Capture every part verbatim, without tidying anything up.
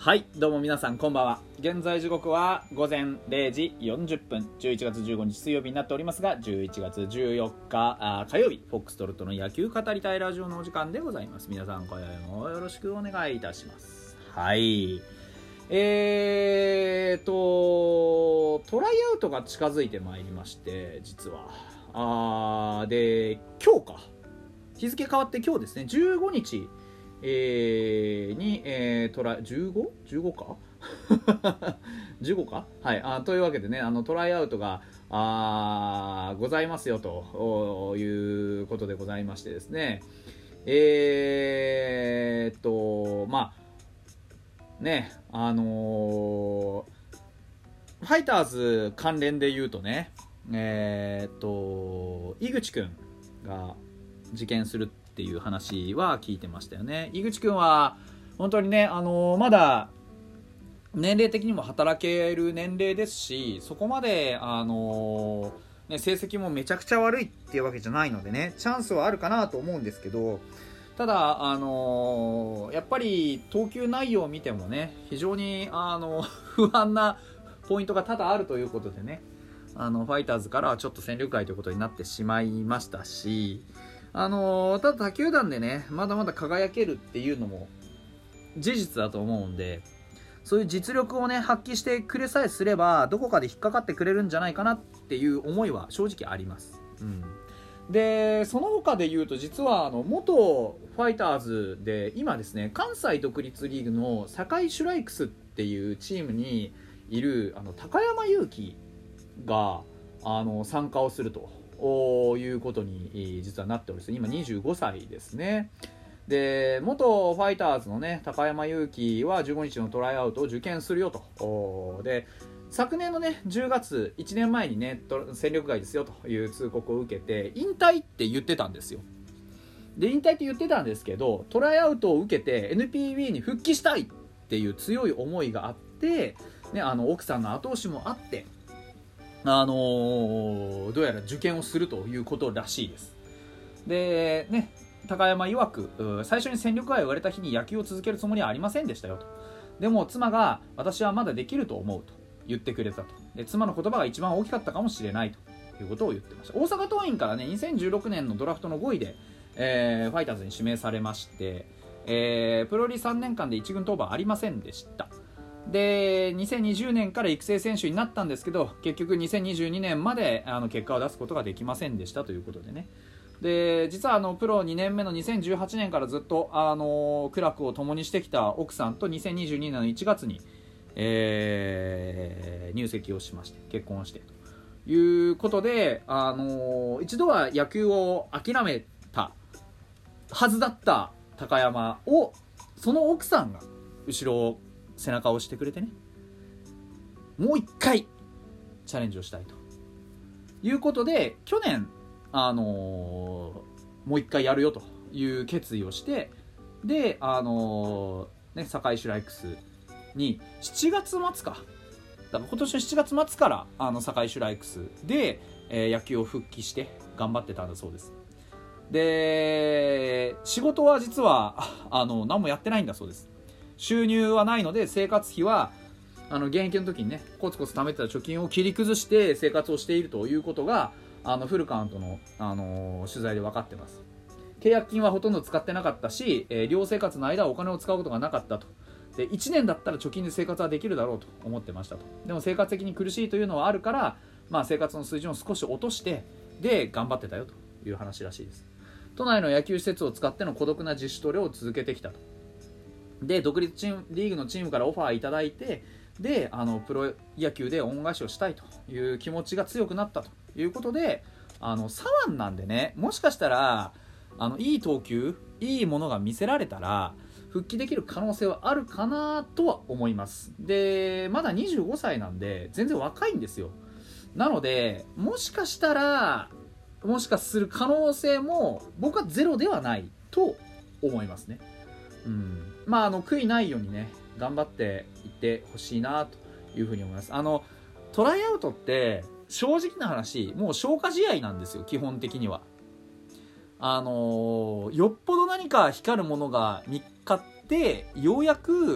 はい、どうも皆さんこんばんは。現在時刻は午前れいじよんじゅっぷん、じゅういちがつじゅうごにち水曜日になっておりますが、じゅういちがつじゅうよっかあ火曜日、フォックストロットの野球語りたいラジオのお時間でございます。皆さん今宵もよろしくお願いいたします。はい、えーとトライアウトが近づいてまいりまして、実はあーで今日か日付変わって今日ですね、じゅうごにちえー、に、えー、トラ じゅうご?じゅうご かじゅうごか、はい、あというわけでね、あのトライアウトがあございますよということでございましてですね、えーっとまあね、あのー、ファイターズ関連で言うとね、えーっと井口くんが受験するっていう話は聞いてましたよね。井口くんは本当にね、あのー、まだ年齢的にも働ける年齢ですし、そこまで、あのーね、成績もめちゃくちゃ悪いっていうわけじゃないのでね、チャンスはあるかなと思うんですけど、ただ、あのー、やっぱり投球内容を見てもね、非常に、あのー、不安なポイントが多々あるということでね、あのファイターズからはちょっと戦力外ということになってしまいましたし、あのー、ただ他球団でねまだまだ輝けるっていうのも事実だと思うんで、そういう実力をね発揮してくれさえすればどこかで引っかかってくれるんじゃないかなっていう思いは正直あります、うん、でその他で言うと、実はあの元ファイターズで今ですね関西独立リーグの堺シュライクスっていうチームにいるあの高山勇気があの参加をするということに実はなっております。今にじゅうごさいですね。で元ファイターズのね高山勇気はじゅうごにちのトライアウトを受験するよと。で昨年のねじゅうがついちねんまえにね戦力外ですよという通告を受けて引退って言ってたんですよ。で引退って言ってたんですけど、トライアウトを受けて エヌピービー に復帰したいっていう強い思いがあって、ね、あの奥さんの後押しもあってあのー、どうやら受験をするということらしいです。でね、高山曰く最初に戦力外を言われた日に野球を続けるつもりはありませんでしたよと。でも妻が私はまだできると思うと言ってくれたと。で妻の言葉が一番大きかったかもしれないということを言ってました。大阪桐蔭からねにせんじゅうろくねんのドラフトのごいで、えー、ファイターズに指名されまして、えー、プロ入りさんねんかんで一軍登板ありませんでした。でにせんにじゅうねんから育成選手になったんですけど、結局にせんにじゅうにねんまであの結果を出すことができませんでしたということでね。で実はあのプロにねんめのにせんじゅうはちねんからずっとあの苦楽を共にしてきた奥さんとにせんにじゅうにねんのいちがつに、えー、入籍をしまして結婚をしてということで、あの一度は野球を諦めたはずだった高山をその奥さんが後ろを背中を押してくれてね、もう一回チャレンジをしたいということで去年、あのー、もう一回やるよという決意をして、で、あのーね、堺シュライクスにしちがつ末かだから今年のしちがつ末からあの堺シュライクスで、えー、野球を復帰して頑張ってたんだそうです。で仕事は実はあの何もやってないんだそうです。収入はないので生活費はあの現役の時にねコツコツ貯めてた貯金を切り崩して生活をしているということがあのフルカウントの、あのー、取材で分かってます。契約金はほとんど使ってなかったし、えー、寮生活の間はお金を使うことがなかったと。でいちねんだったら貯金で生活はできるだろうと思ってましたと。でも生活的に苦しいというのはあるから、まあ、生活の水準を少し落としてで頑張ってたよという話らしいです。都内の野球施設を使っての孤独な自主トレを続けてきたと。で独立チームリーグのチームからオファーいただいて、であのプロ野球で恩返しをしたいという気持ちが強くなったということで、あの左腕なんでね、もしかしたらあのいい投球いいものが見せられたら復帰できる可能性はあるかなとは思います。でまだにじゅうごさいなんで全然若いんですよ。なのでもしかしたらもしかする可能性も僕はゼロではないと思いますね。うん、まああの悔いないようにね頑張っていってほしいなというふうに思います。あのトライアウトって正直な話もう消化試合なんですよ。基本的にはあのー、よっぽど何か光るものが見っかってようやく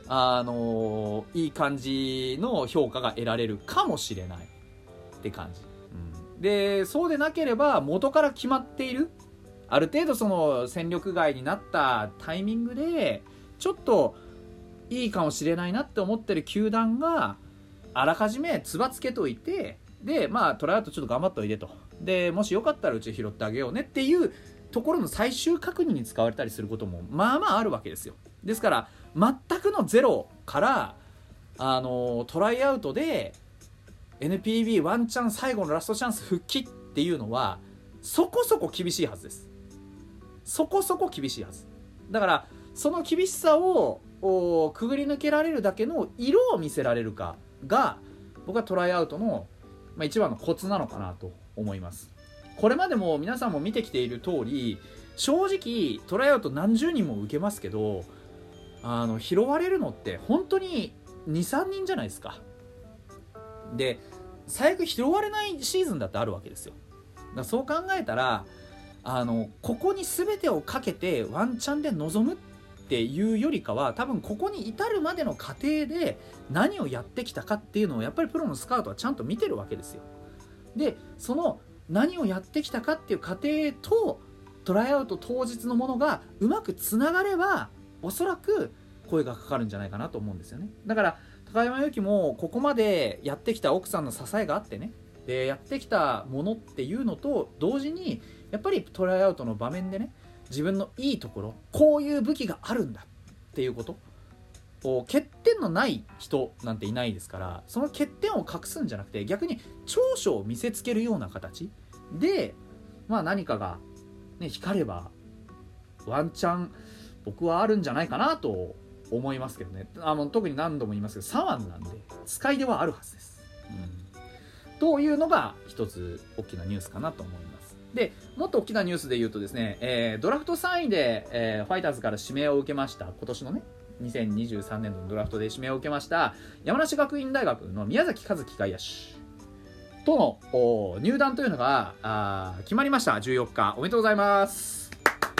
あのー、いい感じの評価が得られるかもしれないって感じ、うん、でそうでなければ元から決まっているある程度その戦力外になったタイミングでちょっといいかもしれないなって思ってる球団があらかじめつばつけといて、でまあトライアウトちょっと頑張っておいでと、でもしよかったらうち拾ってあげようねっていうところの最終確認に使われたりすることもまあまああるわけですよ。ですから全くのゼロからあのトライアウトで エヌピービー ワンチャン最後のラストチャンス復帰っていうのはそこそこ厳しいはずです。そこそこ厳しいはずだから、その厳しさをくぐり抜けられるだけの色を見せられるかが僕はトライアウトの、まあ、一番のコツなのかなと思います。これまでも皆さんも見てきている通り、正直トライアウト何十人も受けますけど、あの拾われるのって本当に にさんにんじゃないですか。で最悪拾われないシーズンだってあるわけですよ。だからそう考えたら、あのここに全てをかけてワンチャンで臨むっていうよりかは、多分ここに至るまでの過程で何をやってきたかっていうのをやっぱりプロのスカウトはちゃんと見てるわけですよ。でその何をやってきたかっていう過程とトライアウト当日のものがうまくつながれば、おそらく声がかかるんじゃないかなと思うんですよね。だから高山由紀もここまでやってきた奥さんの支えがあってね、でやってきたものっていうのと同時にやっぱりトライアウトの場面でね、自分のいいところ、こういう武器があるんだっていうこと、欠点のない人なんていないですから、その欠点を隠すんじゃなくて逆に長所を見せつけるような形で、まあ何かが、ね、光ればワンチャン僕はあるんじゃないかなと思いますけどね。あの特に何度も言いますけど左腕なんで使い手はあるはずです、うん、というのが一つ大きなニュースかなと思います。でもっと大きなニュースで言うとですね、えー、ドラフトさんいで、えー、ファイターズから指名を受けました、今年のねにせんにじゅうさんねん度のドラフトで指名を受けました山梨学院大学の宮崎和樹外野手との入団というのがあ決まりました。じゅうよっかおめでとうございます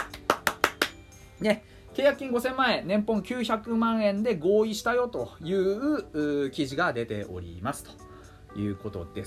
ね。契約金ごせんまんえん、年俸きゅうひゃくまんえんで合意したよという記事が出ておりますということです。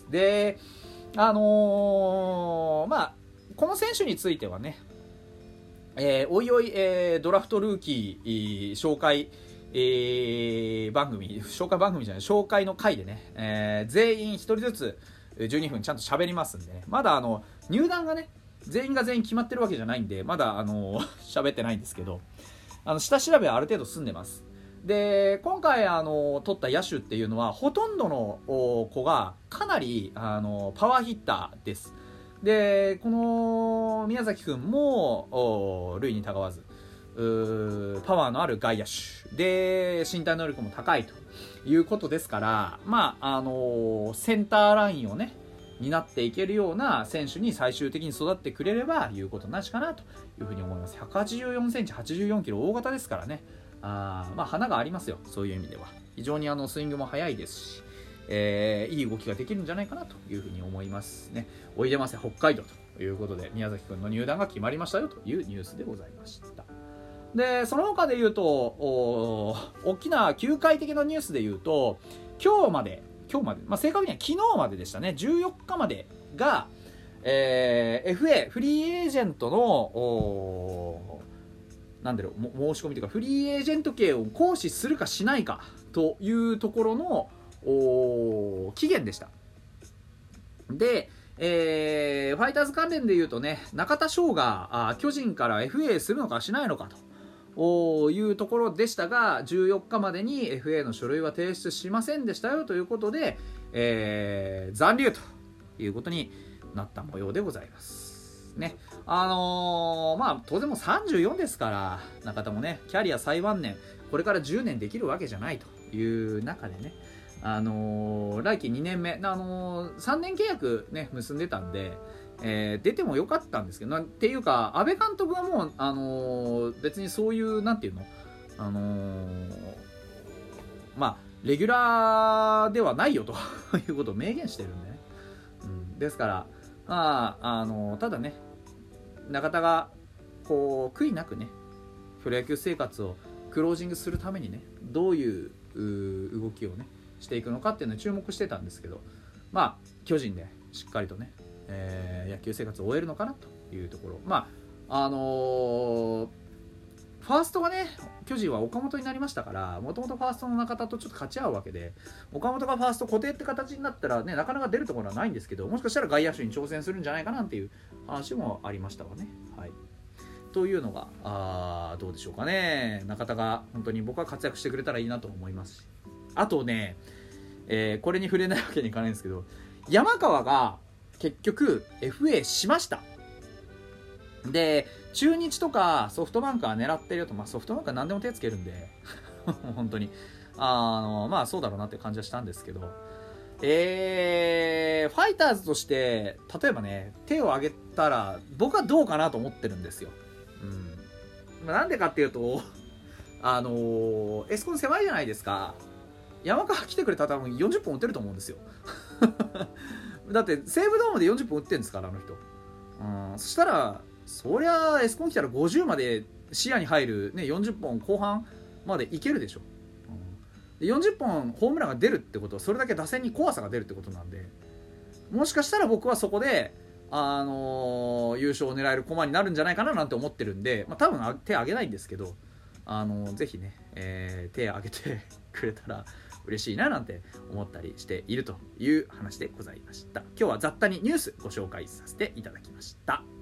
であのー、まあこの選手についてはね、えー、おいおい、えー、ドラフトルーキー紹介、えー、番組紹介番組じゃない紹介の回でね、えー、全員ひとりずつじゅうにふんちゃんと喋りますんでね、まだあの入団がね全員が全員決まってるわけじゃないんで、まだあの喋ってないんですけど、あの下調べはある程度済んでます。で今回あの取った野手っていうのはほとんどの子がかなりあのパワーヒッターです。でこの宮崎君も塁にたがわずパワーのある外野手で身体能力も高いということですから、まああのセンターラインをね担っていけるような選手に最終的に育ってくれればいうことなしかなというふうに思います。ひゃくはちじゅうよんセンチはちじゅうよんキロ大型ですからね、あまあ花がありますよ。そういう意味では非常にあのスイングも速いですし、えー、いい動きができるんじゃないかなというふうに思いますね。おいでませ北海道ということで宮崎君の入団が決まりましたよというニュースでございました。でその他で言うと大きな球界的なニュースで言うと、今日まで今日まで、まあ、正確には昨日まででしたね。じゅうよっかまでが、えー、エフエー フリーエージェントのなんだろう申し込みというかフリーエージェント権を行使するかしないかというところの期限でした。で、えー、ファイターズ関連でいうとね、中田翔があ巨人から エフエー するのかしないのかというところでしたが、じゅうよっかまでに エフエー の書類は提出しませんでしたよということで、えー、残留ということになった模様でございますね。あのー、まあ当然もうさんじゅうよんですから、中田もねキャリア最晩年、これからじゅうねんできるわけじゃないという中でね、あのー、来季にねんめ、あのー、さんねん契約ね結んでたんで、えー、出てもよかったんですけど、っていうか阿部監督はもう、あのー、別にそういうなんていうの、あのー、まあレギュラーではないよということを明言してるんでね、うん、ですからまあ、あのー、ただね中田がこう悔いなくねプロ野球生活をクロージングするためにねどういう動きをねしていくのかっていうのに注目してたんですけど、まあ巨人でしっかりとね、えー、野球生活を終えるのかなというところ。まああのー、ファーストがね巨人は岡本になりましたから、もともとファーストの中田とちょっと勝ち合うわけで、岡本がファースト固定って形になったらねなかなか出るところはないんですけど、もしかしたら外野手に挑戦するんじゃないかなっていう話もありましたわね。はい、というのがあどうでしょうかね。中田が本当に僕は活躍してくれたらいいなと思いますし、あとね、えー、これに触れないわけにいかないんですけど、山川が結局 エフエー しました。で中日とかソフトバンクは狙ってるよと、まあ、ソフトバンクは何でも手つけるんで本当にあのまあそうだろうなっていう感じはしたんですけど、えー、ファイターズとして例えばね手を挙げたら僕はどうかなと思ってるんですよ。うん、なんでかっていうとあのー、エスコン狭いじゃないですか。山川来てくれたら多分よんじゅっぽん打てると思うんですよだって西武ドームでよんじゅっぽん打ってるんですからあの人。うん、そしたらそりゃエスコン来たらごじゅうまで視野に入る、ね、よんじゅっぽん後半までいけるでしょ。うん、でよんじゅっぽんホームランが出るってことはそれだけ打線に怖さが出るってことなんで、もしかしたら僕はそこで、あのー、優勝を狙える駒になるんじゃないかななんて思ってるんで、まあ、多分手挙げないんですけど、あのー、ぜひね、えー、手挙げてくれたら嬉しいななんて思ったりしているという話でございました。今日は雑多にニュースご紹介させていただきました。